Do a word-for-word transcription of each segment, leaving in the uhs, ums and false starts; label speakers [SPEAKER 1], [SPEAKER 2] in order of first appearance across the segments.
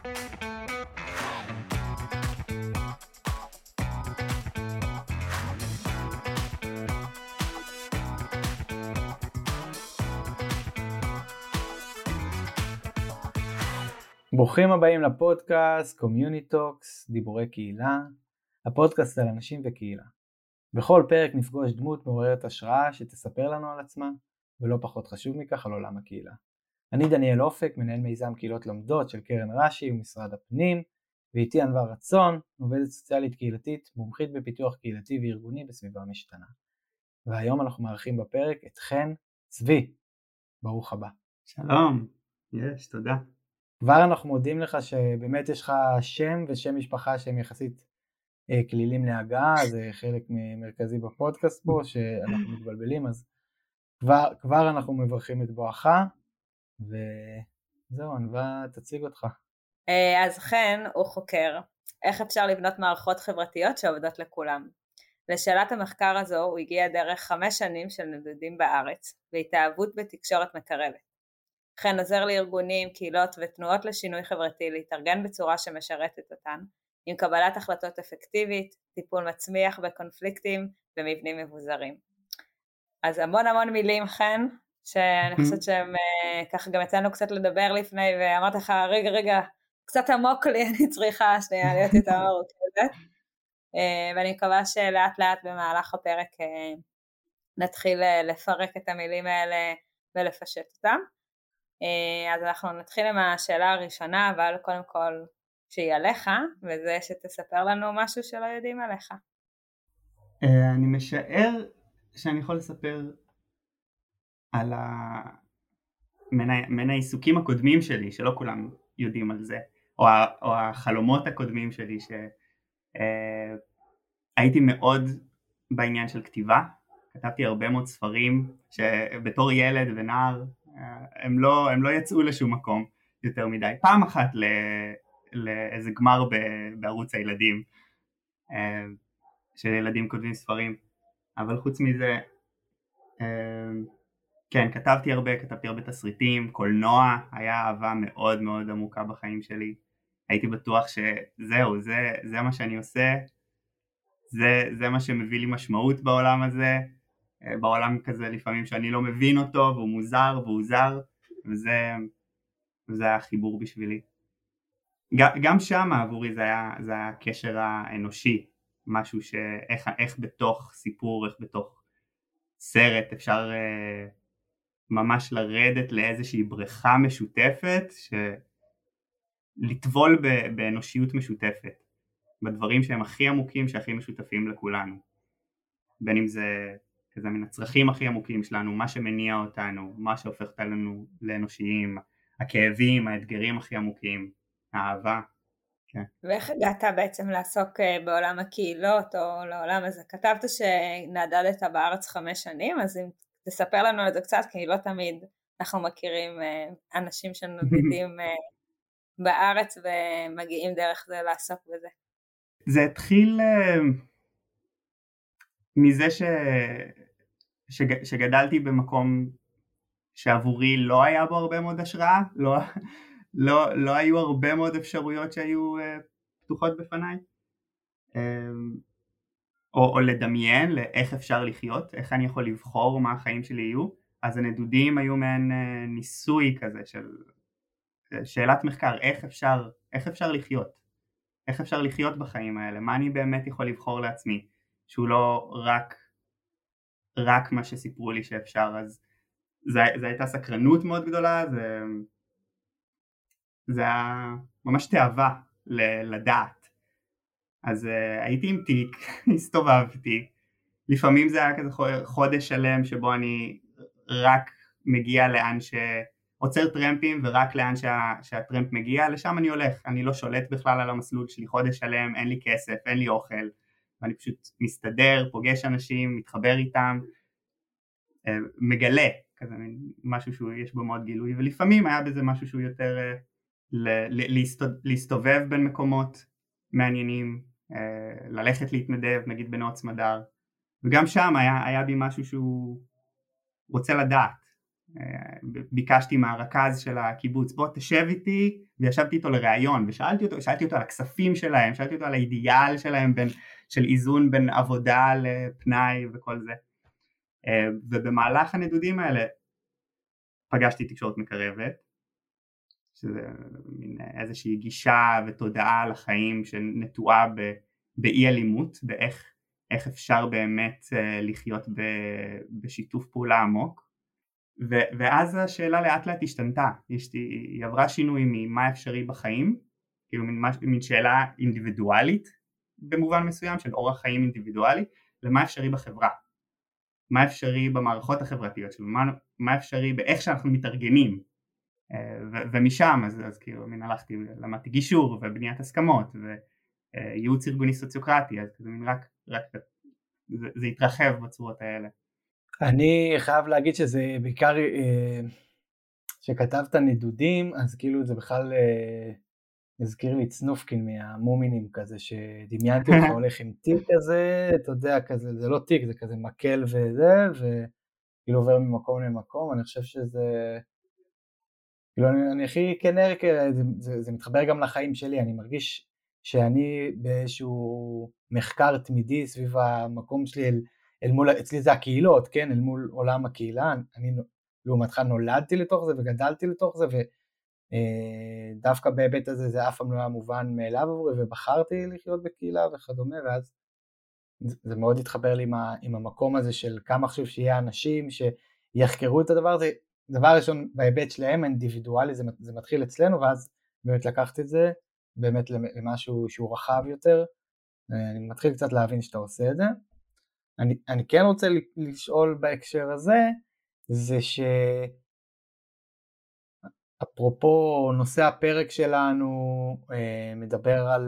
[SPEAKER 1] ברוכים הבאים לפודקאסט Community Talks, דיבורי קהילה, הפודקאסט על אנשים וקהילה. בכל פרק נפגוש דמות מעוררת השראה שתספר לנו על עצמה, ולא פחות חשוב מכך על עולם הקהילה. אני דניאל אופק, מנהל מיזם קהילות לומדות של קרן רש"י ומשרד הפנים, ואיתי ענווה רצון, עובדת סוציאלית קהילתית, מומחית בפיתוח קהילתי וארגוני בסביבה משתנה. והיום אנחנו מארחים בפרק את חן צבי. ברוך הבא.
[SPEAKER 2] שלום, יש, תודה.
[SPEAKER 1] כבר אנחנו מודים לך שבאמת יש לך שם ושם משפחה שהם יחסית אה, כלילים להגעה, זה חלק מרכזי בפודקאסט פה שאנחנו מתבלבלים, אז כבר, כבר אנחנו מברכים את בואך, וזהו, ענווה תציג אותך.
[SPEAKER 3] אז חן הוא חוקר, איך אפשר לבנות מערכות חברתיות שעובדות לכולם. לשאלת המחקר הזו הוא הגיע דרך חמש שנים של נדודים בארץ, והתאהבות בתקשורת מקרבת. חן עוזר לארגונים, קהילות ותנועות לשינוי חברתי להתארגן בצורה שמשרתת אותן, עם קבלת החלטות אפקטיבית, טיפול מצמיח בקונפליקטים ומבנים מבוזרים. אז המון המון מילים חן, שאני חושבת שהם ככה גם יצאנו קצת לדבר לפני, ואמרתי לך רגע רגע, קצת עמוק לי, אני צריכה שנייה להיות יותר מרוכזת, ואני מקווה שלאט לאט במהלך הפרק נתחיל לפרק את המילים האלה ולפשט אותם. אז אנחנו נתחיל עם השאלה הראשונה, אבל קודם כל שהיא עליך, וזה שתספר לנו משהו שלא יודעים עליך.
[SPEAKER 2] אני משער שאני יכול לספר על מן העיסוקים הקודמים שלי, שלא כולם יודעים על זה, או, או החלומות הקודמים שלי, שהייתי מאוד בעניין של כתיבה, כתבתי הרבה מאוד ספרים, שבתור ילד ונער, הם לא, הם לא יצאו לשום מקום יותר מדי. פעם אחת ל, לאיזה גמר ב, בערוץ הילדים, שילדים כותבים ספרים, אבל חוץ מזה, כן, כתבתי הרבה, כתבתי הרבה תסריטים, קולנוע, היה אהבה מאוד מאוד עמוקה בחיים שלי. הייתי בטוח שזהו, זה, זה מה שאני עושה, זה, זה מה שמביא לי משמעות בעולם הזה, בעולם כזה לפעמים שאני לא מבין אותו, והוא מוזר והוא זר, וזה, וזה היה חיבור בשבילי. גם שם עבורי זה היה, זה היה הקשר האנושי, משהו שאיך, איך בתוך סיפור, איך בתוך סרט אפשר אה, ממש לרדת לאיזושהי בריכה משותפת, לטבול באנושיות משותפת, בדברים שהם הכי עמוקים, שהכי משותפים לכולנו. בין אם זה כזה מן הצרכים הכי עמוקים שלנו, מה שמניע אותנו, מה שהופך אותנו לאנושיים, הכאבים, האתגרים הכי עמוקים, האהבה. כן.
[SPEAKER 3] ואיך הגעת בעצם לעסוק בעולם הקהילות או לעולם הזה? כתבת שנדדת בארץ חמש שנים, אז אם תספר לנו על זה קצת, כי לא תמיד אנחנו מכירים אנשים שנודדים בארץ ומגיעים דרך זה לעסוק בזה.
[SPEAKER 2] זה התחיל מזה ש... שג... שגדלתי במקום שעבורי לא היה בו הרבה מאוד השראה, לא, לא, לא היו הרבה מאוד אפשרויות שהיו uh, פתוחות בפניי, um, או, או לדמיין לאיך אפשר לחיות, איך אני יכול לבחור מה החיים שלי יהיו. אז הנדודים היו מעין uh, ניסוי כזה של שאלת מחקר, איך אפשר, איך אפשר לחיות, איך אפשר לחיות בחיים האלה, מה אני באמת יכול לבחור לעצמי, שהוא לא רק רק מה שסיפרו לי שאפשר. אז זה, זה הייתה סקרנות מאוד גדולה, זה, זה היה ממש תאווה ל, לדעת. אז uh, הייתי עם תיק, הסתובבתי, לפעמים זה היה כזה חודש שלם שבו אני רק מגיע לאן ש... עוצר טרמפים ורק לאן שה, שהטרמפ מגיע, לשם אני הולך, אני לא שולט בכלל על המסלול שלי, חודש שלם, אין לי כסף, אין לי אוכל, ואני פשוט מסתדר, פוגש אנשים, מתחבר איתם, מגלה, כזה משהו שיש בו מאוד גילוי, ולפעמים היה בזה משהו שהוא יותר להסתובב בין מקומות מעניינים, ללכת להתנדב, נגיד בנאות סמדר, וגם שם היה, היה בי משהו שהוא רוצה לדעת, ביקשתי מהרכז של הקיבוץ, בוא תשב איתי, וישבתי איתו לראיון, ושאלתי אותו, שאלתי אותו על הכספים שלהם, שאלתי אותו על האידיאל שלהם, בין, של איזון בין עבודה לפנאי וכל זה. ובמהלך הנדודים האלה, פגשתי תקשורת מקרבת, שזה מין איזושהי גישה ותודעה לחיים שנטועה באי אלימות, באיך איך אפשר באמת לחיות בשיתוף פעולה עמוק. ואז השאלה לאט לאט השתנתה, היא עברה שינוי ממה אפשרי בחיים, כאילו מין שאלה אינדיבידואלית במובן מסוים של אורח חיים אינדיבידואלי, למה אפשרי בחברה, מה אפשרי במערכות החברתיות שלנו, מה, מה אפשרי באיך שאנחנו מתארגנים, ו- ומשם אז, אז כאילו מין הלכתי, למדתי גישור ובניית הסכמות וייעוץ ארגוני סוציוקרטי, אז כזה מין רק, רק זה, זה התרחב בצורות האלה.
[SPEAKER 1] אני חייב להגיד שזה בעיקר, שכתבת נדודים, אז כאילו זה בכלל הזכיר לי צנופקין מהמומינים כזה, שדמיינתי אותך הולך עם תיק כזה, אתה יודע, כזה, זה לא תיק, זה כזה מקל וזה, וכאילו עובר ממקום למקום. אני חושב שזה, כאילו אני, אני הכי כנרקר, זה, זה, זה מתחבר גם לחיים שלי, אני מרגיש שאני באיזשהו מחקר תמידי סביב המקום שלי, אל, אל מול, אצלי זה הקהילות, כן, אל מול עולם הקהילה, אני לעומתך נולדתי לתוך זה וגדלתי לתוך זה, ודווקא בהיבט הזה זה אף פעם לא היה מובן מאליו עבורי, ובחרתי לחיות בקהילה וכדומה, ואז זה מאוד התחבר לי עם, ה, עם המקום הזה של כמה חשוב שיהיה אנשים שיחקרו את הדבר הזה. דבר ראשון בהיבט שלהם אינדיבידואלי, זה, זה מתחיל אצלנו, ואז באמת לקחת את זה באמת למשהו שהוא רחב יותר. אני מתחיל קצת להבין שאתה עושה את זה. אני, אני כן רוצה לשאול בהקשר הזה, זה שאפרופו נושא הפרק שלנו מדבר על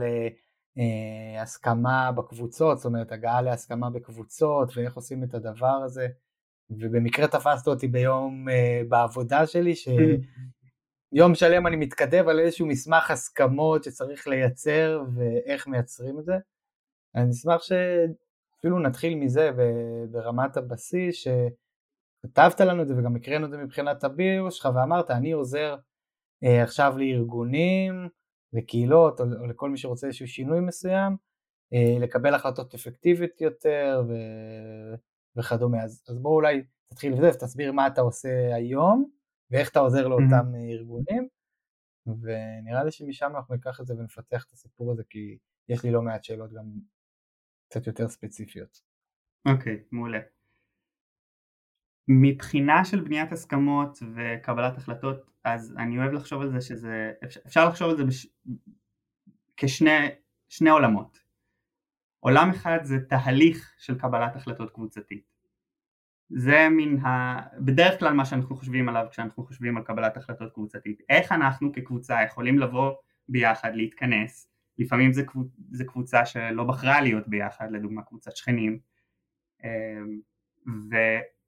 [SPEAKER 1] הסכמה בקבוצות, זאת אומרת הגעה להסכמה בקבוצות ואיך עושים את הדבר הזה, ובמקרה תפסת אותי ביום בעבודה שלי, שיום שלם אני מתכתב על איזשהו מסמך הסכמות שצריך לייצר ואיך מייצרים את זה. אני אשמח שאפילו נתחיל מזה ברמת הבסיס, שכתבת לנו את זה וגם הקראנו את זה מבחינת הביו שלך, ואמרת אני עוזר עכשיו לארגונים, לקהילות או לכל מי שרוצה איזשהו שינוי מסוים, לקבל החלטות אפקטיביות יותר ו... וכדומה. אז, אז בואו אולי תתחיל לזה ותסביר מה אתה עושה היום ואיך אתה עוזר לאותם mm-hmm. ארגונים, ונראה לי שמשם אנחנו ניקח את זה ונפתח את הסיפור הזה, כי יש לי לא מעט שאלות גם קצת יותר ספציפיות.
[SPEAKER 2] אוקיי, okay, מעולה. מבחינה של בניית הסכמות וקבלת החלטות, אז אני אוהב לחשוב על זה שזה, אפשר לחשוב על זה בש... כשני שני עולמות. עולם אחד זה תהליך של קבלת החלטות קבוצתית. זה מן ה... בדרך כלל מה שאנחנו חושבים עליו כשאנחנו חושבים על קבלת החלטות קבוצתית. איך אנחנו כקבוצה יכולים לבוא ביחד, להתכנס, לפעמים זה, קבוצ... זה קבוצה שלא בחרה להיות ביחד, לדוגמה קבוצת שכנים, ו...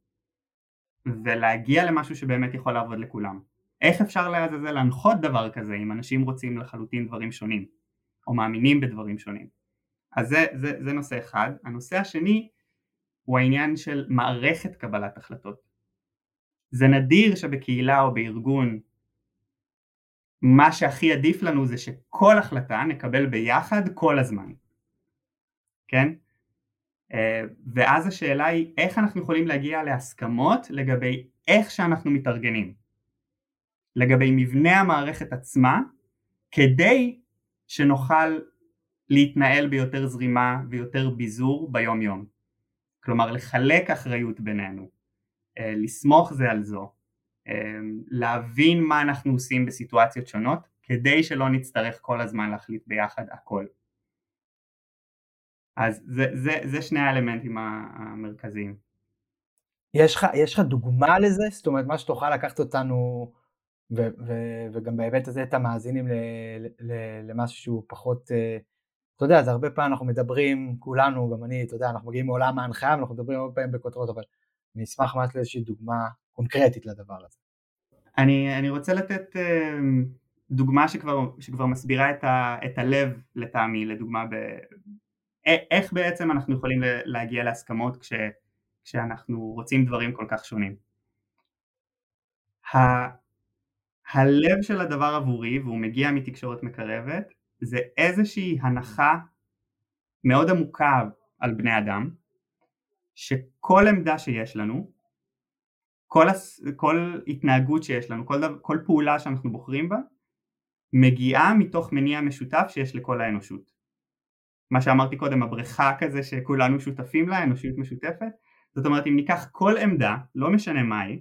[SPEAKER 2] ולהגיע למשהו שבאמת יכול לעבוד לכולם. איך אפשר לעזאזל להנחות דבר כזה אם אנשים רוצים לחלוטין דברים שונים, או מאמינים בדברים שונים? אז זה, זה, זה נושא אחד. הנושא השני הוא העניין של מערכת קבלת החלטות. זה נדיר שבקהילה או בארגון מה שהכי עדיף לנו זה שכל החלטה נקבל ביחד כל הזמן. כן? ואז השאלה היא איך אנחנו יכולים להגיע להסכמות לגבי איך שאנחנו מתארגנים, לגבי מבנה המערכת עצמה, כדי שנוכל להתנהל ביותר זרימה ויותר ביזור ביום יום. כלומר לחלק אחריות בינינו, לסמוך זה על זו, להבין מה אנחנו עושים בסיטואציות שונות, כדי שלא נצטרך כל הזמן להחליט ביחד הכל. אז זה, זה, זה שני האלמנטים המרכזיים.
[SPEAKER 1] יש לך, יש לך דוגמה לזה? זאת אומרת, מה שתוכל לקחת אותנו, ו, ו, וגם בהיבט הזה את המאזינים ל, ל, למשהו שהוא פחות, אתה יודע, אז הרבה פעמים אנחנו מדברים, כולנו, גם אני, אתה יודע, אנחנו מגיעים מעולם ההנחיה, ואנחנו מדברים הרבה פעמים בכותרות, אבל אני אשמח ממש לאיזושהי דוגמה קונקרטית לדבר הזה.
[SPEAKER 2] אני, אני רוצה לתת דוגמה שכבר, שכבר מסבירה את, ה, את הלב לטעמי, לדוגמה ב... איך בעצם אנחנו יכולים להגיע להסכמות כש, כשאנחנו רוצים דברים כל כך שונים. ה- הלב של הדבר עבורי, והוא מגיע מתקשורת מקרבת, זה איזושהי הנחה מאוד עמוקה על בני אדם, שכל עמדה שיש לנו, כל, הס... כל התנהגות שיש לנו, כל, דבר, כל פעולה שאנחנו בוחרים בה, מגיעה מתוך מניע משותף שיש לכל האנושות. מה שאמרתי קודם, הבריכה כזה שכולנו שותפים לה, אנושיות משותפת, זאת אומרת אם ניקח כל עמדה, לא משנה מהי,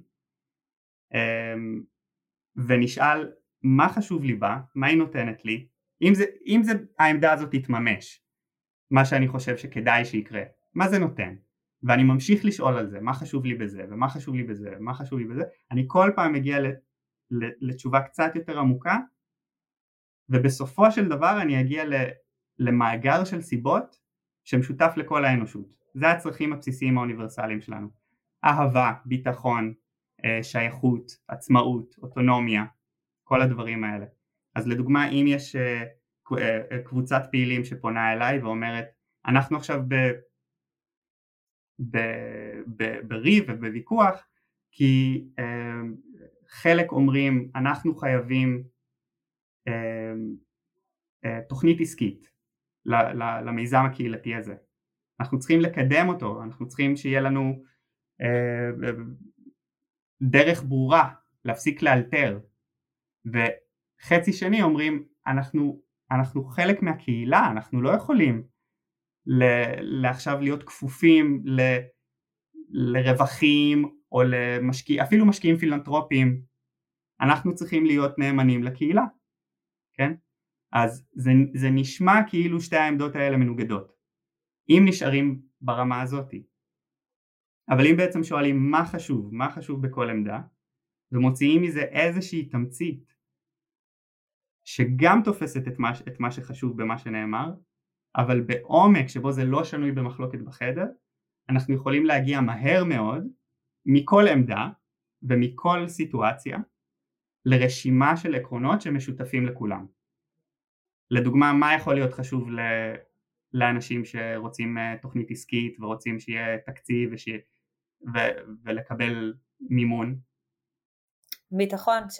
[SPEAKER 2] ונשאל מה חשוב לי בה, מה היא נותנת לי, אם זה, אם זה העמדה הזאת תתממש, מה שאני חושב שכדאי שיקרה, מה זה נותן? ואני ממשיך לשאול על זה, מה חשוב לי בזה, ומה חשוב לי בזה, ומה חשוב לי בזה, אני כל פעם מגיע לתשובה קצת יותר עמוקה, ובסופו של דבר אני אגיע למאגר של סיבות שמשותף לכל האנושות. זה הצרכים הבסיסיים האוניברסליים שלנו. אהבה, ביטחון, שייכות, עצמאות, אוטונומיה, כל הדברים האלה. אז לדוגמה, אם יש קבוצת פעילים שפונה אליי ואומרת, אנחנו עכשיו ב... בריב ובוויכוח, כי חלק אומרים אנחנו חייבים תוכנית עסקית למיזם הקהילתי הזה, אנחנו צריכים לקדם אותו, אנחנו צריכים שיהיה לנו דרך ברורה להפסיק לאלתר, וחצי שני אומרים אנחנו, אנחנו חלק מהקהילה, אנחנו לא יכולים לעכשיו להיות כפופים ל, לרווחים או למשקיע, אפילו משקיעים פילנטרופיים, אנחנו צריכים להיות נאמנים לקהילה, כן? אז זה, זה נשמע כאילו שתי העמדות האלה מנוגדות, אם נשארים ברמה הזאת. אבל אם בעצם שואלים מה חשוב, מה חשוב בכל עמדה, ומוציאים מזה איזושהי תמצית, שגם תופסת את מה, את מה שחשוב במה שנאמר, אבל בעומק שבו זה לא שנוי במחלוקת בחדר, אנחנו יכולים להגיע מהר מאוד מכל עמדה ומכל סיטואציה לרשימה של עקרונות שמשותפים לכולם. לדוגמה, מה יכול להיות חשוב לאנשים שרוצים תוכנית עסקית ורוצים שיהיה תקציב וש... ו... ולקבל מימון?
[SPEAKER 3] ביטחון, ש...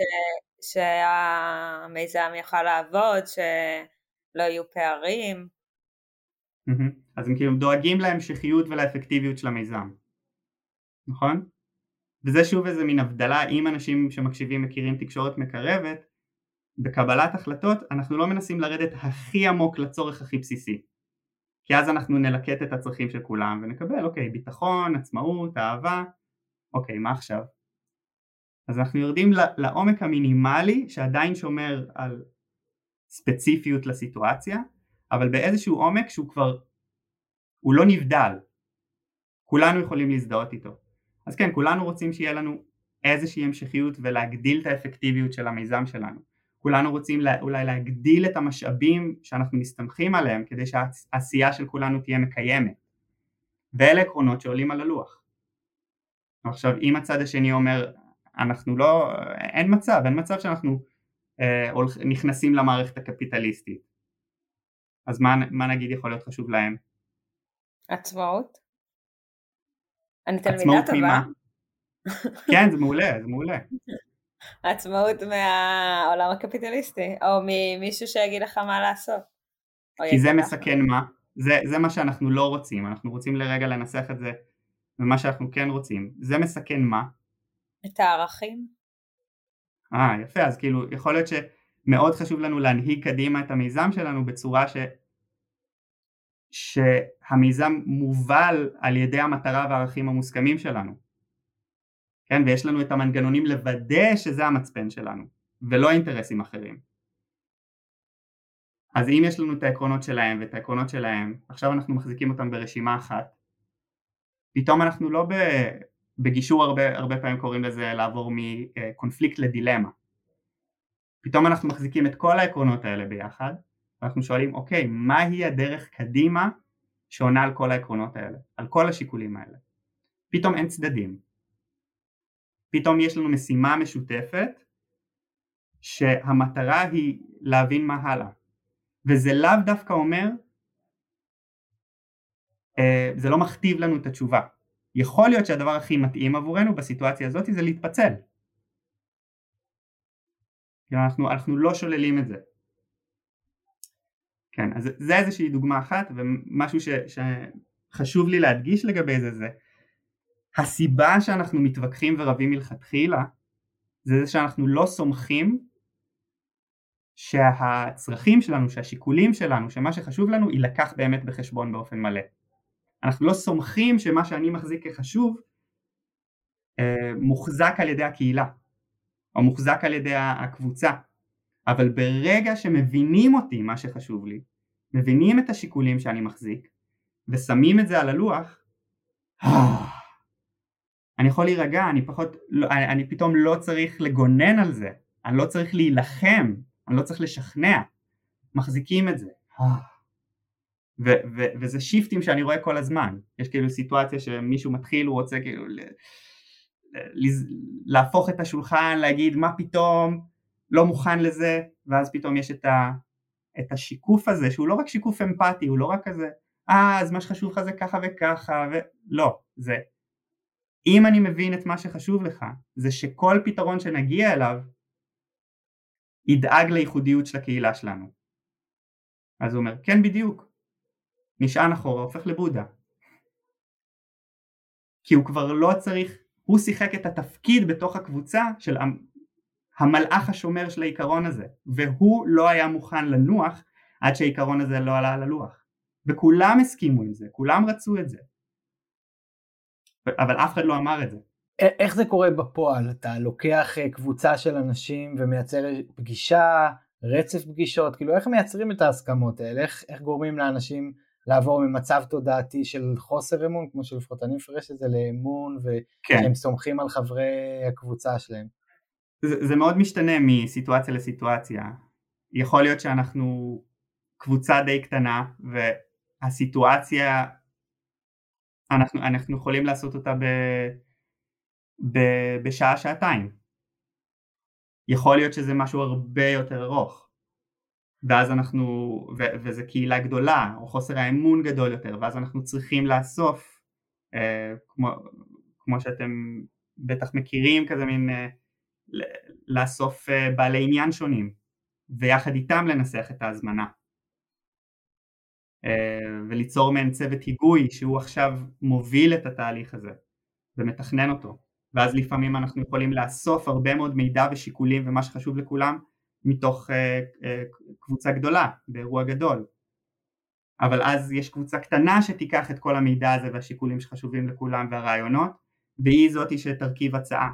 [SPEAKER 3] שהמיזם יוכל לעבוד, שלא יהיו פערים.
[SPEAKER 2] אז הם כאילו דואגים להמשכיות ולאפקטיביות של המיזם, נכון? וזה שוב איזה מין הבדלה, אם אנשים שמקשיבים מכירים תקשורת מקרבת, בקבלת החלטות אנחנו לא מנסים לרדת הכי עמוק לצורך הכי בסיסי, כי אז אנחנו נלקט את הצרכים של כולם ונקבל אוקיי, ביטחון, עצמאות, אהבה, אוקיי, מה עכשיו? אז אנחנו יורדים לעומק המינימלי שעדיין שומר על ספציפיות לסיטואציה, אבל באיזשהו עומק שהוא כבר, הוא לא נבדל, כולנו יכולים להזדהות איתו. אז כן, כולנו רוצים שיהיה לנו איזושהי המשכיות ולהגדיל את האפקטיביות של המיזם שלנו. כולנו רוצים אולי להגדיל את המשאבים שאנחנו מסתמכים עליהם, כדי שהעשייה של כולנו תהיה מקיימת. ואלה עקרונות שעולים על הלוח. עכשיו, אם הצד השני אומר, אנחנו לא, אין מצב, אין מצב שאנחנו אה, נכנסים למערכת הקפיטליסטית. אז מה, מה נגיד יכול להיות חשוב להם?
[SPEAKER 3] עצמאות? אני תלמידה טובה. ממה?
[SPEAKER 2] כן, זה מעולה, זה מעולה.
[SPEAKER 3] עצמאות מהעולם הקפיטליסטי, או ממישהו שיגיד לך מה לעשות.
[SPEAKER 2] כי זה מסכן מה? זה, זה מה שאנחנו לא רוצים, אנחנו רוצים לרגע לנסח את זה, ומה שאנחנו כן רוצים. זה מסכן מה?
[SPEAKER 3] את הערכים.
[SPEAKER 2] אה, יפה, אז כאילו יכול להיות שמאוד חשוב לנו להנהיג קדימה את המיזם שלנו בצורה ש... שהמיזם מובל על ידי המטרה והערכים המוסכמים שלנו. כן, ויש לנו את המנגנונים לוודא שזה המצפן שלנו, ולא אינטרסים אחרים. אז אם יש לנו את העקרונות שלהם ואת העקרונות שלהם, עכשיו אנחנו מחזיקים אותם ברשימה אחת, פתאום אנחנו לא בגישור, הרבה, הרבה פעמים קוראים לזה לעבור מקונפליקט לדילמה. פתאום אנחנו מחזיקים את כל העקרונות האלה ביחד, ואנחנו שואלים, אוקיי, מהי הדרך קדימה שעונה על כל העקרונות האלה, על כל השיקולים האלה? פתאום אין צדדים. פתאום יש לנו משימה משותפת, שהמטרה היא להבין מה הלאה. וזה לאו דווקא אומר, זה לא מכתיב לנו את התשובה. יכול להיות שהדבר הכי מתאים עבורנו בסיטואציה הזאת זה להתפצל. אנחנו, אנחנו לא שוללים את זה. כן, אז זה איזושהי דוגמה אחת, ומשהו ש, שחשוב לי להדגיש לגבי זה, זה הסיבה שאנחנו מתווכחים ורבים מלכתחילה, זה זה שאנחנו לא סומכים שהצרכים שלנו, שהשיקולים שלנו, שמה שחשוב לנו יילקח באמת בחשבון באופן מלא. אנחנו לא סומכים שמה שאני מחזיק כחשוב אה, מוחזק על ידי הקהילה, או מוחזק על ידי הקבוצה. אבל ברגע שמבינים אותי מה שחשוב לי, מבינים את השיקולים שאני מחזיק, ושמים את זה על הלוח, אני יכול להירגע, אני פחות, אני, אני פתאום לא צריך לגונן על זה, אני לא צריך להילחם, אני לא צריך לשכנע, מחזיקים את זה. ו- ו- וזה שיפטים שאני רואה כל הזמן. יש כאילו סיטואציה שמישהו מתחיל, הוא רוצה כאילו ל- ל- להפוך את השולחן, להגיד מה פתאום, לא מוכן לזה, ואז פתאום יש את, ה- את השיקוף הזה, שהוא לא רק שיקוף אמפתי, הוא לא רק כזה, אה, אז מה שחשוב לך זה ככה וככה, ולא, זה, אם אני מבין את מה שחשוב לך, זה שכל פתרון שנגיע אליו, ידאג לייחודיות של הקהילה שלנו. אז הוא אומר, כן בדיוק, נשען אחורה, הופך לבודה. כי הוא כבר לא צריך, הוא שיחק את התפקיד בתוך הקבוצה של המלאך השומר של העיקרון הזה, והוא לא היה מוכן לנוח עד שהעיקרון הזה לא עלה על הלוח. וכולם הסכימו עם זה, כולם רצו את זה. אבל אף אחד לא אמר את זה.
[SPEAKER 1] איך זה קורה בפועל? אתה לוקח קבוצה של אנשים ומייצר פגישה, רצף פגישות, כאילו איך מייצרים את ההסכמות האלה? איך, איך גורמים לאנשים לעבור ממצב תודעתי של חוסר אמון, כמו שלפחות אני מפרש את זה, לאמון, ושהם כן. סומכים על חברי הקבוצה שלהם?
[SPEAKER 2] זה, זה מאוד משתנה מסיטואציה לסיטואציה. יכול להיות שאנחנו קבוצה די קטנה, והסיטואציה, אנחנו, אנחנו יכולים לעשות אותה ב, ב, בשעה, שעתיים. יכול להיות שזה משהו הרבה יותר ארוך. ואז אנחנו, ו- וזה קהילה גדולה, או חוסר האמון גדול יותר, ואז אנחנו צריכים לאסוף, אה, כמו, כמו שאתם בטח מכירים, כזה מין, אה, לאסוף אה, בעלי עניין שונים, ויחד איתם לנסח את ההזמנה, אה, וליצור מעין צוות היגוי, שהוא עכשיו מוביל את התהליך הזה, ומתכנן אותו, ואז לפעמים אנחנו יכולים לאסוף הרבה מאוד מידע ושיקולים, ומה שחשוב לכולם, מתוך uh, uh, קבוצה גדולה, באירוע גדול. אבל אז יש קבוצה קטנה שתיקח את כל המידע הזה והשיקולים שחשובים לכולם והרעיונות, והיא זאתי שתרכיב הצעה.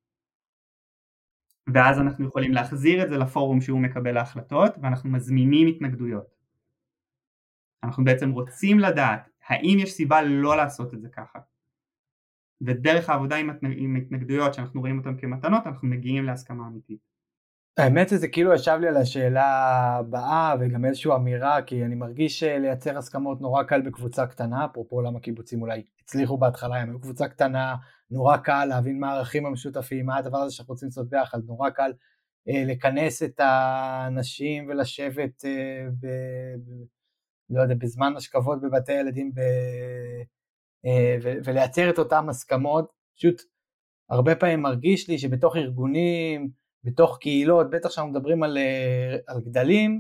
[SPEAKER 2] ואז אנחנו יכולים להחזיר את זה לפורום שהוא מקבל ההחלטות, ואנחנו מזמינים התנגדויות. אנחנו בעצם רוצים לדעת האם יש סיבה לא לעשות את זה ככה. ודרך העבודה עם, עם התנגדויות שאנחנו רואים אותן כמתנות, אנחנו מגיעים להסכמה אמיתית.
[SPEAKER 1] האמת זה כאילו ישב לי על השאלה הבאה וגם איזושהי אמירה, כי אני מרגיש לייצר הסכמות נורא קל בקבוצה קטנה, אפרופו למה קיבוצים אולי הצליחו בהתחלה, הם היו קבוצה קטנה, נורא קל להבין מה הערכים המשותפים, מה הדבר הזה שאנחנו רוצים לעשות ביחד, נורא קל אה, לכנס את האנשים ולשבת אה, ב, ב, לא יודע, בזמן השכבות בבתי ילדים ב, אה, ו, ולייצר את אותם הסכמות. פשוט הרבה פעמים מרגיש לי שבתוך ארגונים, בתוך קהילות, בטח שאנחנו מדברים על, על גדלים,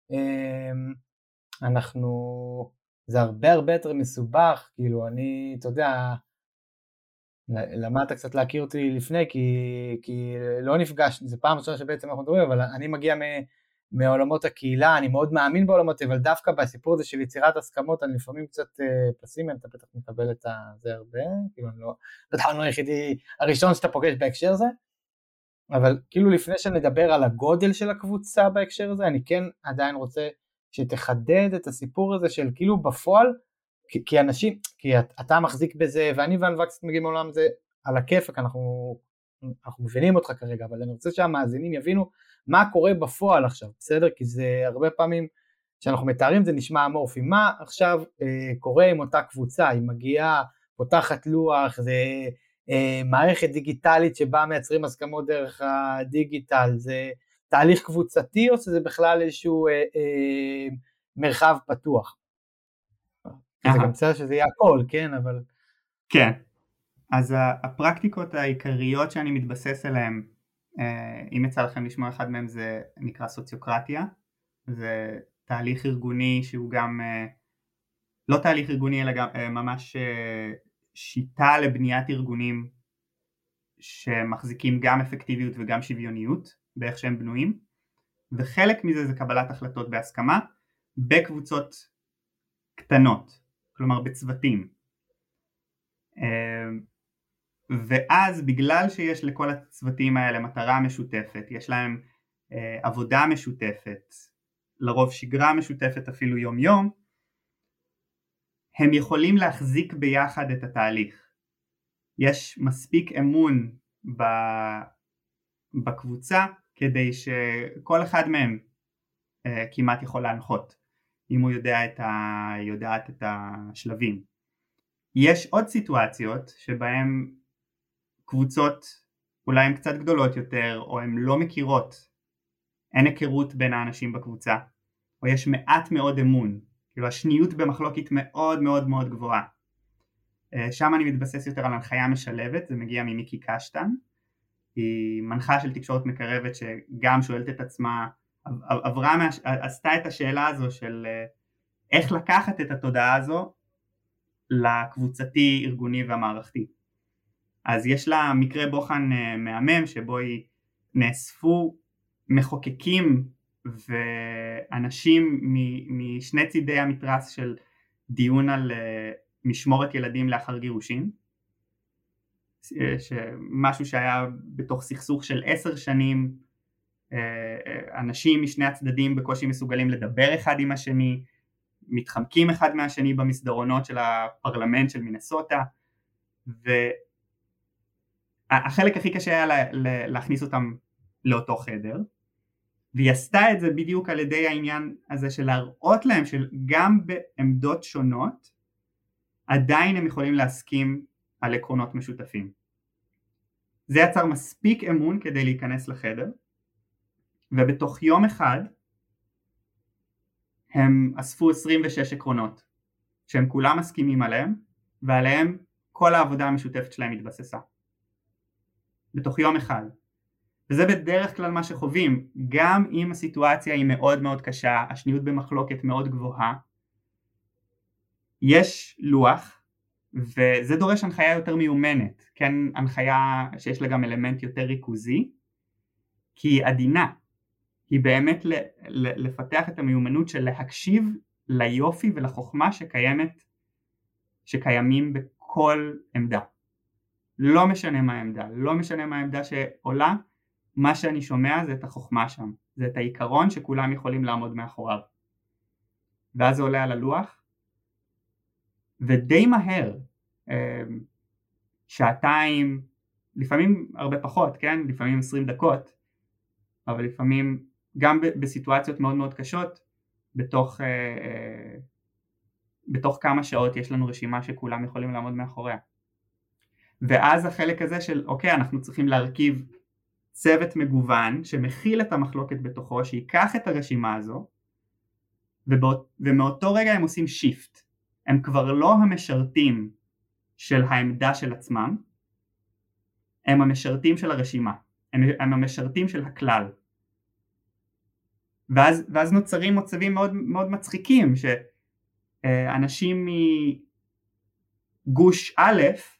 [SPEAKER 1] אנחנו, זה הרבה הרבה יותר מסובך, כאילו אני, אתה יודע, למדת קצת להכיר אותי לפני, כי, כי לא נפגש, זה פעם ראשונה שבעצם אנחנו מדברים, אבל אני מגיע מעולמות הקהילה, אני מאוד מאמין בעולמות, אבל דווקא בסיפור הזה של יצירת הסכמות, אני לפעמים קצת פסימי, אתה בטח מקבל את זה הרבה, כאילו אני לא, בטח אני לא היחידי, הראשון שאתה פוגש בהקשר הזה, אבל כאילו לפני שנדבר על הגודל של הקבוצה בהקשר הזה, אני כן עדיין רוצה שתחדד את הסיפור הזה של כאילו בפועל, כי, כי אנשים, כי אתה מחזיק בזה, ואני ואנבקסט מגיעים מעולם הזה על הכיפק, אנחנו, אנחנו מבינים אותך כרגע, אבל אני רוצה שהמאזינים יבינו מה קורה בפועל עכשיו, בסדר? כי זה הרבה פעמים שאנחנו מתארים, זה נשמע אמורפי, מה עכשיו אה, קורה עם אותה קבוצה, היא מגיעה, פותחת לוח, זה אה, מערכת דיגיטלית שבה מייצרים הסכמות דרך הדיגיטל, זה תהליך קבוצתי או שזה בכלל איזשהו אה, אה, מרחב פתוח? זה גם בסדר שזה יהיה הכל, כן, אבל...
[SPEAKER 2] כן, אז הפרקטיקות העיקריות שאני מתבסס עליהן אם יצא לכם לשמוע אחד מהם, זה נקרא סוציוקרטיה. זה תהליך ארגוני שהוא גם, לא תהליך ארגוני אלא גם ממש שיטה לבניית ארגונים שמחזיקים גם אפקטיביות וגם שוויוניות באיך שהם בנויים, וחלק מזה זה קבלת החלטות בהסכמה בקבוצות קטנות, כלומר בצוותים. ואז בגלל שיש לכל הצוותים האלה מטרה משותפת, יש להם עבודה משותפת, לרוב שגרה משותפת אפילו יום יום, הם יכולים להחזיק ביחד את התהליך. יש מספיק אמון בקבוצה כדי שכל אחד מהם כמעט יכול להנחות, אם הוא יודע את ה... יודעת את השלבים. יש עוד סיטואציות שבהם קבוצות אולי הן קצת גדולות יותר, או הן לא מכירות, אין היכרות בין האנשים בקבוצה, או יש מעט מאוד אמון, כאילו השניות במחלוקת מאוד מאוד מאוד גבוהה. שם אני מתבסס יותר על הנחיה משלבת, זה מגיע ממיקי קשטן, היא מנחה של תקשורת מקרבת שגם שואלת את עצמה, עברה, עשתה את השאלה הזו של איך לקחת את התודעה הזו לקבוצתי, ארגוני והמערכתי. אז יש לה מקרה בוחן מהמם שבו היא נאספו מחוקקים ואנשים משני צידי המתרס של דיון על משמורת ילדים לאחר גירושין, משהו שהיה בתוך סכסוך של עשר שנים, אנשים משני הצדדים בקושי מסוגלים לדבר אחד עם השני, מתחמקים אחד מהשני במסדרונות של הפרלמנט של מינסוטה, והחלק הכי קשה היה להכניס אותם לאותו חדר, והיא עשתה את זה בדיוק על ידי העניין הזה של להראות להם שגם בעמדות שונות עדיין הם יכולים להסכים על עקרונות משותפים. זה יצר מספיק אמון כדי להיכנס לחדר, ובתוך יום אחד הם אספו עשרים ושש עקרונות שהם כולם מסכימים עליהם, ועליהם כל העבודה המשותפת שלהם התבססה בתוך יום אחד. וזה בדרך כלל מה שחווים, גם אם הסיטואציה היא מאוד מאוד קשה, השניות במחלוקת מאוד גבוהה, יש לוח, וזה דורש הנחיה יותר מיומנת, כן, הנחיה שיש לה גם אלמנט יותר ריכוזי, כי היא עדינה, היא באמת לפתח את המיומנות של להקשיב ליופי ולחוכמה שקיימת, שקיימים בכל עמדה. לא משנה מה העמדה, לא משנה מה העמדה שעולה, מה שאני שומע זה את החוכמה שם, זה את העיקרון שכולם יכולים לעמוד מאחוריו. ואז זה עולה על הלוח, ודי מהר, שעתיים, לפעמים הרבה פחות, כן? לפעמים עשרים דקות, אבל לפעמים גם בסיטואציות מאוד מאוד קשות, בתוך, בתוך כמה שעות יש לנו רשימה שכולם יכולים לעמוד מאחוריה. ואז החלק הזה של, אוקיי, אנחנו צריכים להרכיב צוות מגוון שמכיל את המחלוקת בתוכו, שיקח את הרשימה הזו, ובאות, ומאותו רגע הם עושים שיפט. הם כבר לא המשרתים של העמדה של עצמם, הם המשרתים של הרשימה, הם, הם המשרתים של הכלל. ואז, ואז נוצרים מצבים מאוד, מאוד מצחיקים, שאנשים מגוש א'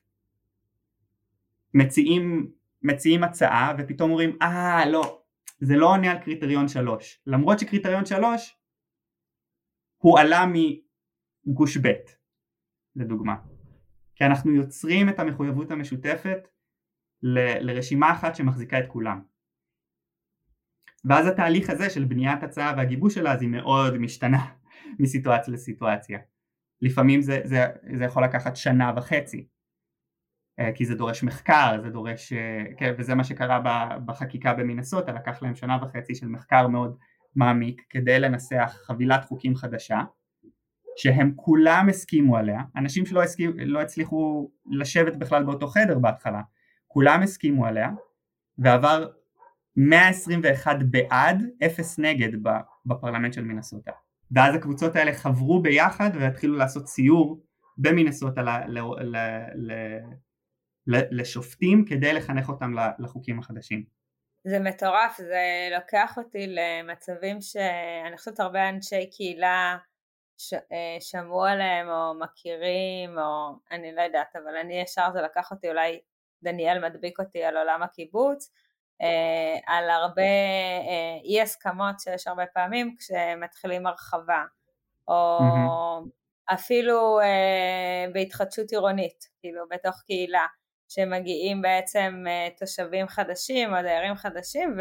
[SPEAKER 2] מציעים, מציעים הצעה, ופתאום אומרים, אה, לא, זה לא עונה על קריטריון שלוש. למרות שקריטריון שלוש, הוא עלה מגוש ב', לדוגמה. כי אנחנו יוצרים את המחויבות המשותפת ל- לרשימה אחת שמחזיקה את כולם. ואז התהליך הזה של בניית הצעה והגיבוש שלה, אז היא מאוד משתנה מסיטואציה לסיטואציה. לפעמים זה, זה, זה יכול לקחת שנה וחצי, כי זה דורש מחקר, זה דורש, כן, וזה מה שקרה בחקיקה במינסוטה, לקח להם שנה וחצי של מחקר מאוד מעמיק, כדי לנסח חבילת חוקים חדשה, שהם כולם הסכימו עליה, אנשים שלא הסכימו, לא הצליחו לשבת בכלל באותו חדר בהתחלה, כולם הסכימו עליה, ועבר מאה עשרים ואחת בעד, אפס נגד בפרלמנט של מינסוטה. ואז הקבוצות האלה חברו ביחד והתחילו לעשות סיור במינסוטה ל, ל, ל, ל, ל, לשופטים כדי לחנך אותם לחוקים החדשים.
[SPEAKER 3] זה מטורף, זה לוקח אותי למצבים שאני חושבת הרבה אנשי קהילה ש, שמעו עליהם או מכירים, או אני לא יודעת, אבל אני ישר זה לקח אותי, אולי דניאל מדביק אותי על עולם הקיבוץ, על הרבה אי הסכמות שיש הרבה פעמים כשמתחילים הרחבה, או mm-hmm. אפילו בהתחדשות עירונית, כאילו בתוך קהילה, שמגיעים בעצם תושבים חדשים או דיירים חדשים, ו,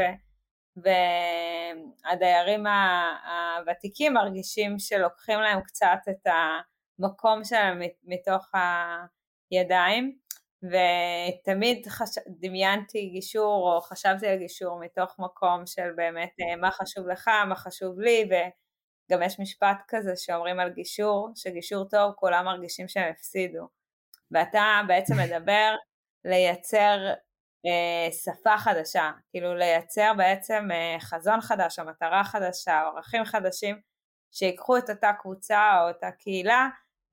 [SPEAKER 3] והדיירים הוותיקים מרגישים שלוקחים להם קצת את המקום שלהם מתוך הידיים, ותמיד חש... דמיינתי גישור או חשבתי על גישור מתוך מקום של באמת מה חשוב לך, מה חשוב לי, וגם יש משפט כזה שאומרים על גישור, שגישור טוב כולם מרגישים שהם הפסידו, ואתה בעצם מדבר לייצר אה, שפה חדשה, כאילו לייצר בעצם אה, חזון חדש או מטרה חדשה או ערכים חדשים שיקחו את אותה קבוצה או אותה קהילה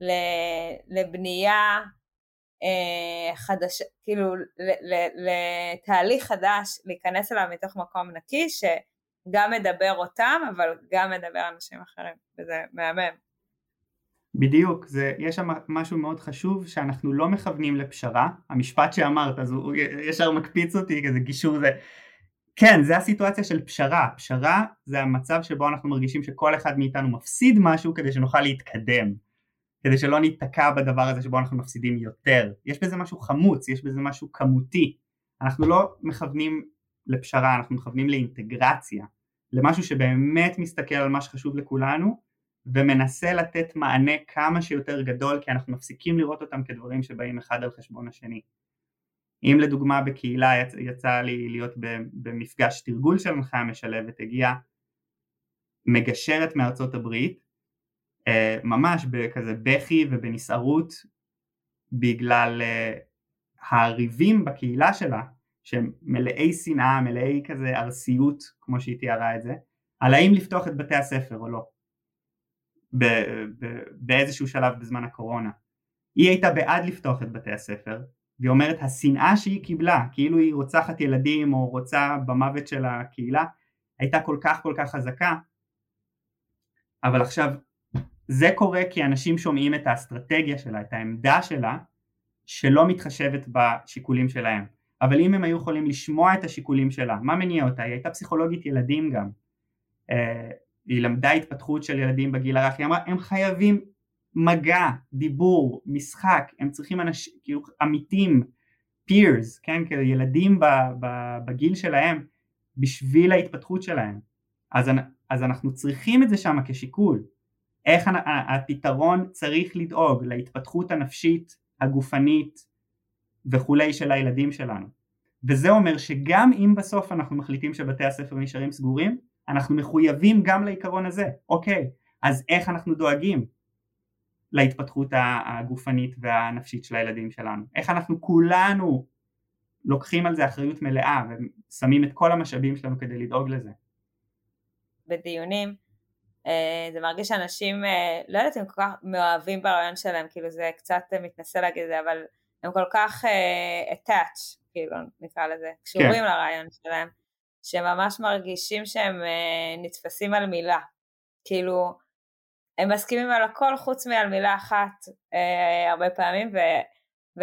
[SPEAKER 3] לבנייה אה, חדש, כאילו לתהליך חדש, להיכנס אליו מתוך מקום נקי שגם מדבר אותם אבל גם מדבר אנשים אחרים, וזה מהמם.
[SPEAKER 2] בדיוק, זה, יש שם משהו מאוד חשוב שאנחנו לא מכוונים לפשרה, המשפט שאמרת, אז הוא ישר מקפיץ אותי, כזה גישור זה, כן, זה הסיטואציה של פשרה, פשרה זה המצב שבו אנחנו מרגישים שכל אחד מאיתנו מפסיד משהו כדי שנוכל להתקדם, כדי שלא ניתקע בדבר הזה שבו אנחנו מפסידים יותר, יש בזה משהו חמוץ, יש בזה משהו כמותי, אנחנו לא מכוונים לפשרה, אנחנו מכוונים לאינטגרציה, למשהו שבאמת מסתכל על מה שחשוב לכולנו, ומנסה לתת מענה כמה שיותר גדול, כי אנחנו מפסיקים לראות אותם כדברים שבאים אחד על חשבון השני. אם לדוגמה בקהילה יצא, יצא לי להיות במפגש תרגול של הנחיה משלבת, הגיעה מגשרת מארצות הברית, ממש בכזה בכי ובנסערות, בגלל הריבים בקהילה שלה, שהם מלאי שנאה, מלאי כזה ארסיות, כמו שהיא תיארה את זה, על האם לפתוח את בתי הספר או לא. באיזשהו שלב בזמן הקורונה. היא הייתה בעד לפתוח את בתי הספר, והיא אומרת השנאה שהיא קיבלה, כאילו היא רוצחת ילדים או רוצה במוות של הקהילה, הייתה כל כך כל כך חזקה, אבל עכשיו זה קורה כי אנשים שומעים את האסטרטגיה שלה, את העמדה שלה, שלא מתחשבת בשיקולים שלהם. אבל אם הם היו יכולים לשמוע את השיקולים שלה, מה מניע אותה? היא הייתה פסיכולוגית ילדים גם, היא למדה התפתחות של ילדים בגיל הרך, היא אמרה, הם חייבים מגע, דיבור, משחק, הם צריכים אנשים, כאילו, עמיתים, peers, כן, כאילו ילדים ב, ב, בגיל שלהם, בשביל ההתפתחות שלהם. אז, אז אנחנו צריכים את זה שם כשיקול. איך הפתרון צריך לדאוג להתפתחות הנפשית, הגופנית וכולי של הילדים שלנו. וזה אומר שגם אם בסוף אנחנו מחליטים שבתי הספר נשארים סגורים, אנחנו מחויבים גם לעיקרון הזה. אוקיי, אז איך אנחנו דואגים להתפתחות הגופנית והנפשית של הילדים שלנו? איך אנחנו כולנו לוקחים על זה אחריות מלאה ושמים את כל המשאבים שלנו כדי לדאוג לזה?
[SPEAKER 3] בדיונים זה מרגיש שאנשים לא יודעת אם כל כך מאוהבים ברעיון שלהם, כאילו זה קצת מתנסה להגיד את זה, אבל הם כל כך attach, כאילו נקרא לזה, קשורים כן. לרעיון שלהם, שממש מרגישים שהם נתפסים על מילה, כאילו הם מסכימים על הכל חוץ מעל מילה אחת הרבה פעמים, ו, ו,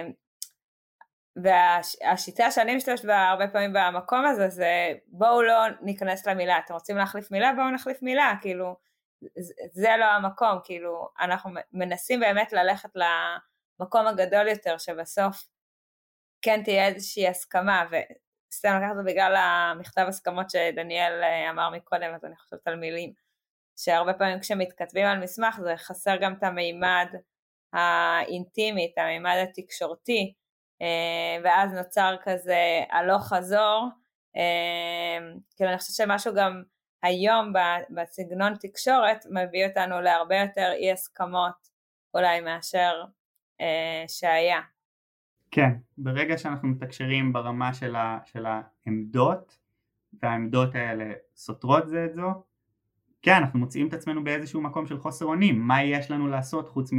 [SPEAKER 3] והשיטה שאני משתמשת בה הרבה פעמים במקום הזה, זה בואו לא ניכנס למילה, אתם רוצים להחליף מילה, בואו נחליף מילה, כאילו זה לא המקום, כאילו אנחנו מנסים באמת ללכת למקום הגדול יותר, שבסוף כן תהיה איזושהי הסכמה, וסתם לקחת זה בגלל המכתב הסכמות שדניאל אמר מקודם, אז אני חושבת על מילים, שהרבה פעמים כשמתכתבים על מסמך, זה חסר גם את המימד האינטימי, את המימד התקשורתי, ואז נוצר כזה הלוך חזור, כאילו אני חושבת שמשהו גם היום בסגנון תקשורת, מביא אותנו להרבה יותר אי הסכמות, אולי מאשר שהיה.
[SPEAKER 2] כן, ברגע שאנחנו מתקשרים ברמה של, ה, של העמדות, והעמדות האלה סותרות זה את זו, כן, אנחנו מוצאים את עצמנו באיזשהו מקום של חוסר אונים, מה יש לנו לעשות חוץ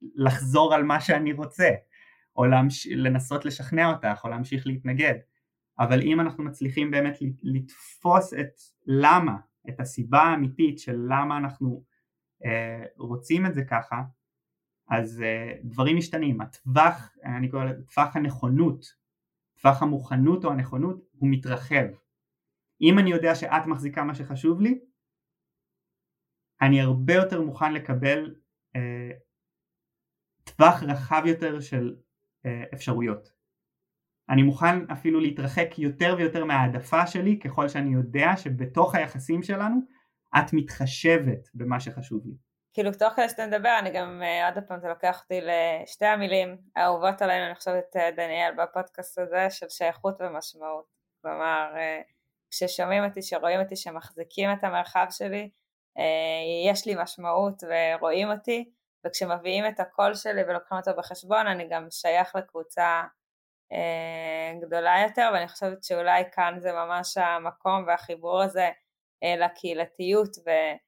[SPEAKER 2] מלחזור על מה שאני רוצה, או להמש... לנסות לשכנע אותך, או להמשיך להתנגד. אבל אם אנחנו מצליחים באמת לתפוס את למה, את הסיבה האמיתית של למה אנחנו אה, רוצים את זה ככה, אז אה, דברים משתנים. הטווח, אני קורא לזה טווח הנכונות, טווח המוכנות או הנכונות הוא מתרחב. אם אני יודע שאת מחזיקה מה שחשוב לי, אני הרבה יותר מוכן לקבל אה, טווח רחב יותר של אה, אפשרויות. אני מוכן אפילו להתרחק יותר ויותר מהעדפה שלי ככל שאני יודע שבתוך היחסים שלנו את מתחשבת במה שחשוב לי.
[SPEAKER 3] כאילו תוך כדי שאתה מדבר אני גם עוד פעם זה לוקח אותי לשתי המילים האהובות עלינו, אני חושבת דניאל בפודקאסט הזה של שייכות ומשמעות. כלומר כששומעים אותי, שרואים אותי, שמחזיקים את המרחב שלי, יש לי משמעות ורואים אותי, וכשמביאים את הקול שלי ולוקחים אותו בחשבון אני גם שייך לקבוצה גדולה יותר, ואני חושבת שאולי כאן זה ממש המקום והחיבור הזה לקהילתיות ו,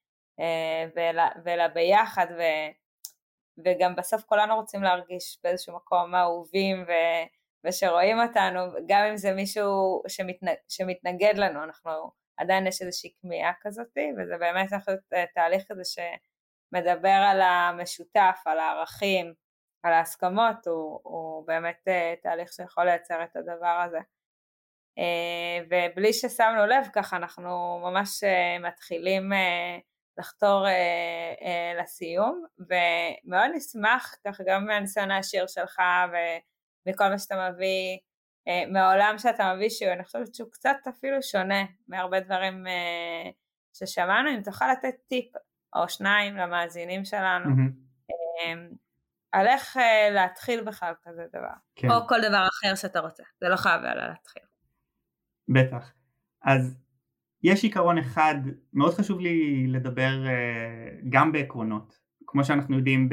[SPEAKER 3] ול, ולביחד, ו, וגם בסוף כולנו רוצים להרגיש באיזשהו מקום אהובים ו, ושרואים אותנו, גם אם זה מישהו שמתנגד, שמתנגד לנו, אנחנו עדיין יש איזושהי כמיהה כזאת, וזה באמת תהליך כזה שמדבר על המשותף, על הערכים, על ההסכמות, הוא, הוא באמת uh, תהליך שיכול לייצר את הדבר הזה. Uh, ובלי ששמנו לב, ככה אנחנו ממש uh, מתחילים uh, לחתור uh, uh, לסיום, ומאוד נשמח, ככה גם מהניסיון העשיר שלך, ומכל מה שאתה מביא, uh, מהעולם שאתה מביא, שאני חושבת שהוא קצת אפילו שונה, מהרבה דברים uh, ששמענו, אם תוכל לתת טיפ או שניים למאזינים שלנו, mm-hmm. uh, על איך להתחיל בכלל כזה דבר, כן. או כל דבר אחר שאתה רוצה, זה לא חייב עליה להתחיל.
[SPEAKER 2] בטח, אז יש עיקרון אחד, מאוד חשוב לי לדבר גם בעקרונות, כמו שאנחנו יודעים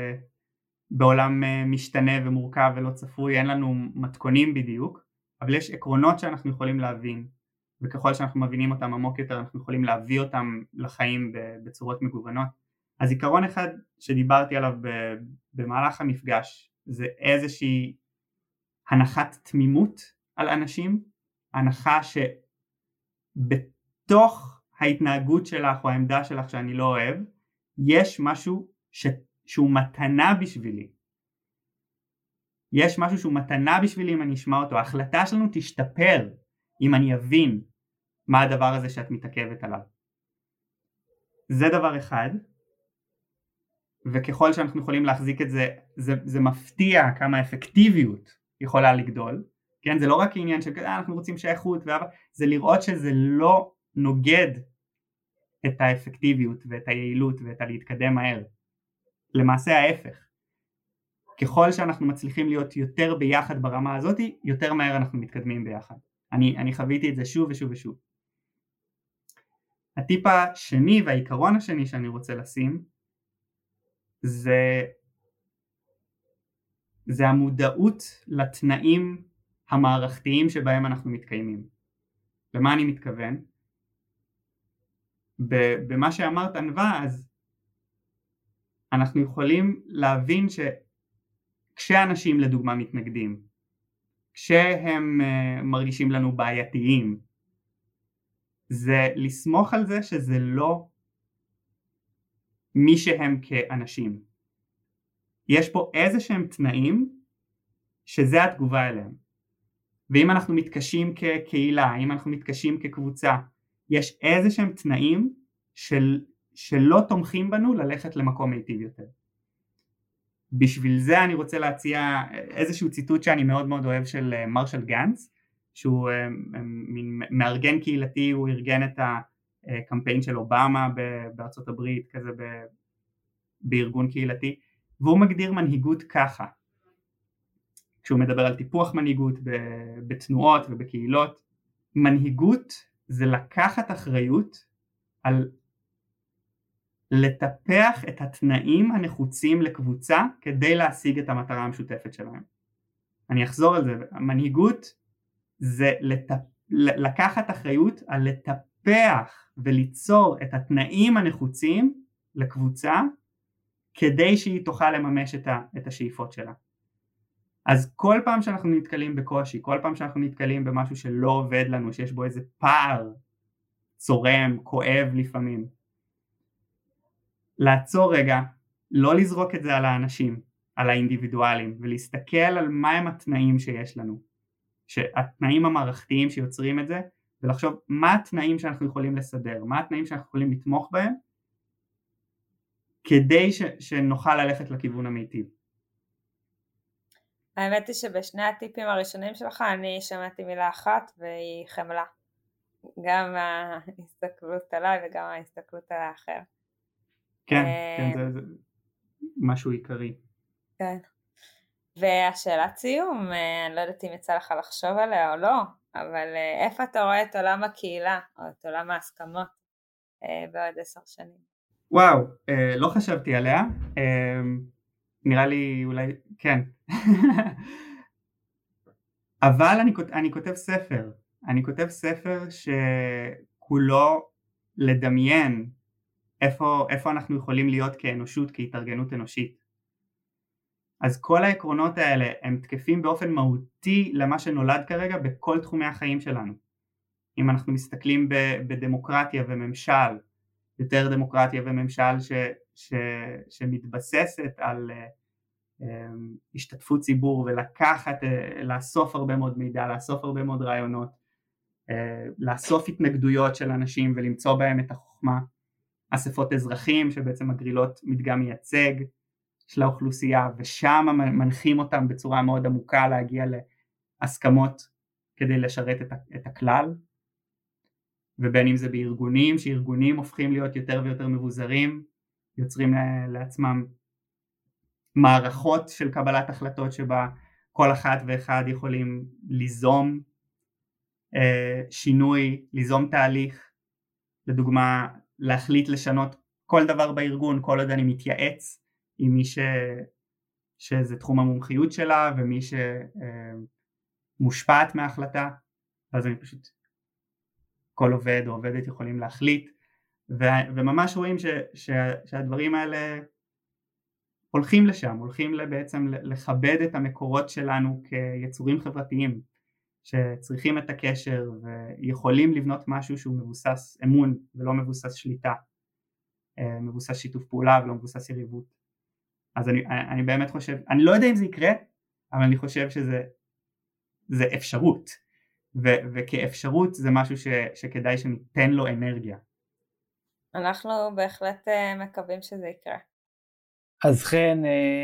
[SPEAKER 2] בעולם משתנה ומורכב ולא צפוי, אין לנו מתכונים בדיוק, אבל יש עקרונות שאנחנו יכולים להבין, וככל שאנחנו מבינים אותם עמוק יותר, אנחנו יכולים להביא אותם לחיים בצורות מגוונות. אז עיקרון אחד שדיברתי עליו במהלך המפגש זה איזושהי הנחת תמימות על אנשים, הנחה שבתוך ההתנהגות שלך או העמדה שלך שאני לא אוהב, יש משהו ש... שהוא מתנה בשבילי. יש משהו שהוא מתנה בשבילי אם אני אשמע אותו. ההחלטה שלנו תשתפר אם אני אבין מה הדבר הזה שאת מתעכבת עליו. זה דבר אחד. וככל שאנחנו יכולים להחזיק את זה, זה, זה מפתיע כמה אפקטיביות יכולה לגדול, כן? זה לא רק עניין של אנחנו רוצים שייכות, זה לראות שזה לא נוגד את האפקטיביות ואת היעילות ואת הלהתקדם מהר. למעשה ההפך. ככל שאנחנו מצליחים להיות יותר ביחד ברמה הזאת, יותר מהר אנחנו מתקדמים ביחד. אני, אני חוויתי את זה שוב ושוב ושוב. הטיפ השני והעיקרון השני שאני רוצה לשים, זה, זה המודעות לתנאים המערכתיים שבהם אנחנו מתקיימים. למה אני מתכוון? במה שאמרת ענווה, אז אנחנו יכולים להבין שכשאנשים לדוגמה מתנגדים, כשהם uh, מרגישים לנו בעייתיים, זה לסמוך על זה שזה לא מי שהם כאנשים. יש פה איזה שהם תנאים שזה התגובה אליהם. ואם אנחנו מתקשים כקהילה, אם אנחנו מתקשים כקבוצה, יש איזה שהם תנאים של, שלא תומכים בנו ללכת למקום מיטיב יותר. בשביל זה אני רוצה להציע איזשהו ציטוט שאני מאוד מאוד אוהב של מרשל גנץ, שהוא מין מארגן קהילתי, הוא ארגן את הקמפיין של אובמה בארצות הברית, כזה בארגון קהילתי, והוא מגדיר מנהיגות ככה, כשהוא מדבר על טיפוח מנהיגות בתנועות ובקהילות. מנהיגות זה לקחת אחריות על לטפח את התנאים הנחוצים לקבוצה כדי להשיג את המטרה המשותפת שלהם. אני אחזור על זה, המנהיגות זה לטפ... לקחת אחריות על לטפח וליצור את התנאים הנחוצים לקבוצה כדי שהיא תוכל לממש את, ה... את השאיפות שלה. אז כל פעם שאנחנו נתקלים בקושי, כל פעם שאנחנו נתקלים במשהו שלא עובד לנו, שיש בו איזה פער צורם, כואב לפעמים, לעצור רגע, לא לזרוק את זה על האנשים, על האינדיבידואלים, ולהסתכל על מהם התנאים שיש לנו, שהתנאים המערכתיים שיוצרים את זה, ולחשוב מה התנאים שאנחנו יכולים לסדר, מה התנאים שאנחנו יכולים לתמוך בהם, כדי ש, שנוכל ללכת לכיוון המיטיב.
[SPEAKER 3] האמת היא שבשני הטיפים הראשונים שלך אני שמעתי מילה אחת והיא חמלה. גם ההסתכלות עליי וגם ההסתכלות על האחר.
[SPEAKER 2] כן, כן, זה, זה משהו עיקרי.
[SPEAKER 3] כן. והשאלת סיום, אני לא יודעת אם יצא לך לחשוב עליה או לא, אבל איפה אתה רואה את עולם הקהילה או את עולם ההסכמות בעוד עשר שנים?
[SPEAKER 2] וואו, לא חשבתי עליה. נראה לי אולי, כן. אבל אני, אני כותב ספר. אני כותב ספר שכולו לדמיין איפה, איפה אנחנו יכולים להיות כאנושות, כהתארגנות אנושית. אז כל העקרונות האלה הם תקפים באופן מהותי למה שנולד כרגע בכל תחומי החיים שלנו. אם אנחנו מסתכלים בדמוקרטיה וממשל, יותר דמוקרטיה וממשל ש, ש, שמתבססת על uh, השתתפות ציבור ולקחת, uh, לאסוף הרבה מאוד מידע, לאסוף הרבה מאוד רעיונות, uh, לאסוף התנגדויות של אנשים ולמצוא בהם את החוכמה, אספות אזרחים שבעצם מגרילות מדגם מייצג של האוכלוסייה, ושם מנחים אותם בצורה מאוד עמוקה להגיע להסכמות כדי לשרת את, את הכלל, ובין אם זה בארגונים, שארגונים הופכים להיות יותר ויותר מבוזרים, יוצרים לעצמם מערכות של קבלת החלטות שבה כל אחת ואחד יכולים ליזום אה, שינוי, ליזום תהליך, לדוגמה להחליט לשנות כל דבר בארגון, כל עוד אני מתייעץ עם מי ש... שזה תחום המומחיות שלה ומי שמושפעת מההחלטה, אז אני פשוט כל עובד או עובדת יכולים להחליט, ו... וממש רואים ש... ש... שהדברים האלה הולכים לשם, הולכים בעצם לכבד את המקורות שלנו כיצורים חברתיים שצריכים את הקשר ויכולים לבנות משהו שהוא מבוסס אמון ולא מבוסס שליטה, מבוסס שיתוף פעולה ולא מבוסס יריבות. אז אני, אני באמת חושב, אני לא יודע אם זה יקרה, אבל אני חושב שזה זה אפשרות, ו, וכאפשרות זה משהו ש, שכדאי שניתן לו אנרגיה.
[SPEAKER 3] אנחנו בהחלט מקווים שזה יקרה.
[SPEAKER 1] אז כן,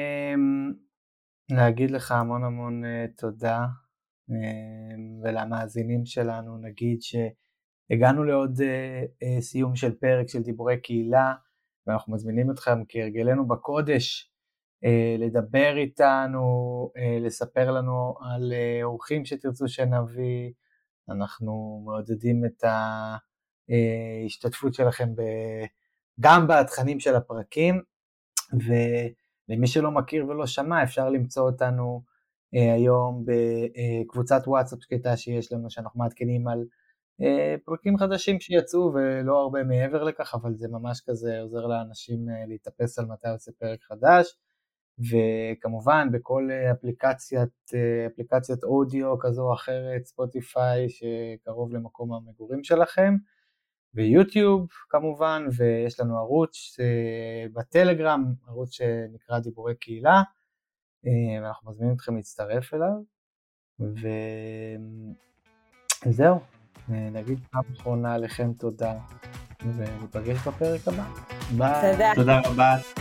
[SPEAKER 1] להגיד לך המון המון תודה, ולמאזינים שלנו נגיד שהגענו לעוד סיום של פרק של דיבורי קהילה, ואנחנו מזמינים אתכם כהרגלנו בקודש לדבר איתנו, לספר לנו על אורחים שתרצו שנביא. אנחנו מעודדים את ההשתתפות שלכם גם בתכנים של הפרקים, ולמי שלא מכיר ולא שמע, אפשר למצוא אותנו היום בקבוצת וואטסאפ שקטה שיש לנו, שאנחנו מעדכנים על פרקים חדשים שיצאו ולא הרבה מעבר לכך, אבל זה ממש כזה עוזר לאנשים להתאפס על מתי יוצא פרק חדש. וכמובן בכל אפליקציית, אפליקציית אודיו כזו או אחרת, ספוטיפיי שקרוב למקום המגורים שלכם, ויוטיוב כמובן, ויש לנו ערוץ בטלגרם, ערוץ שנקרא דיבורי קהילה, ואנחנו מזמינים אתכם להצטרף אליו, וזהו, נגיד פעם אחרונה לכם תודה, וניפגש בפרק הבא. ביי.
[SPEAKER 3] תודה.
[SPEAKER 2] תודה רבה.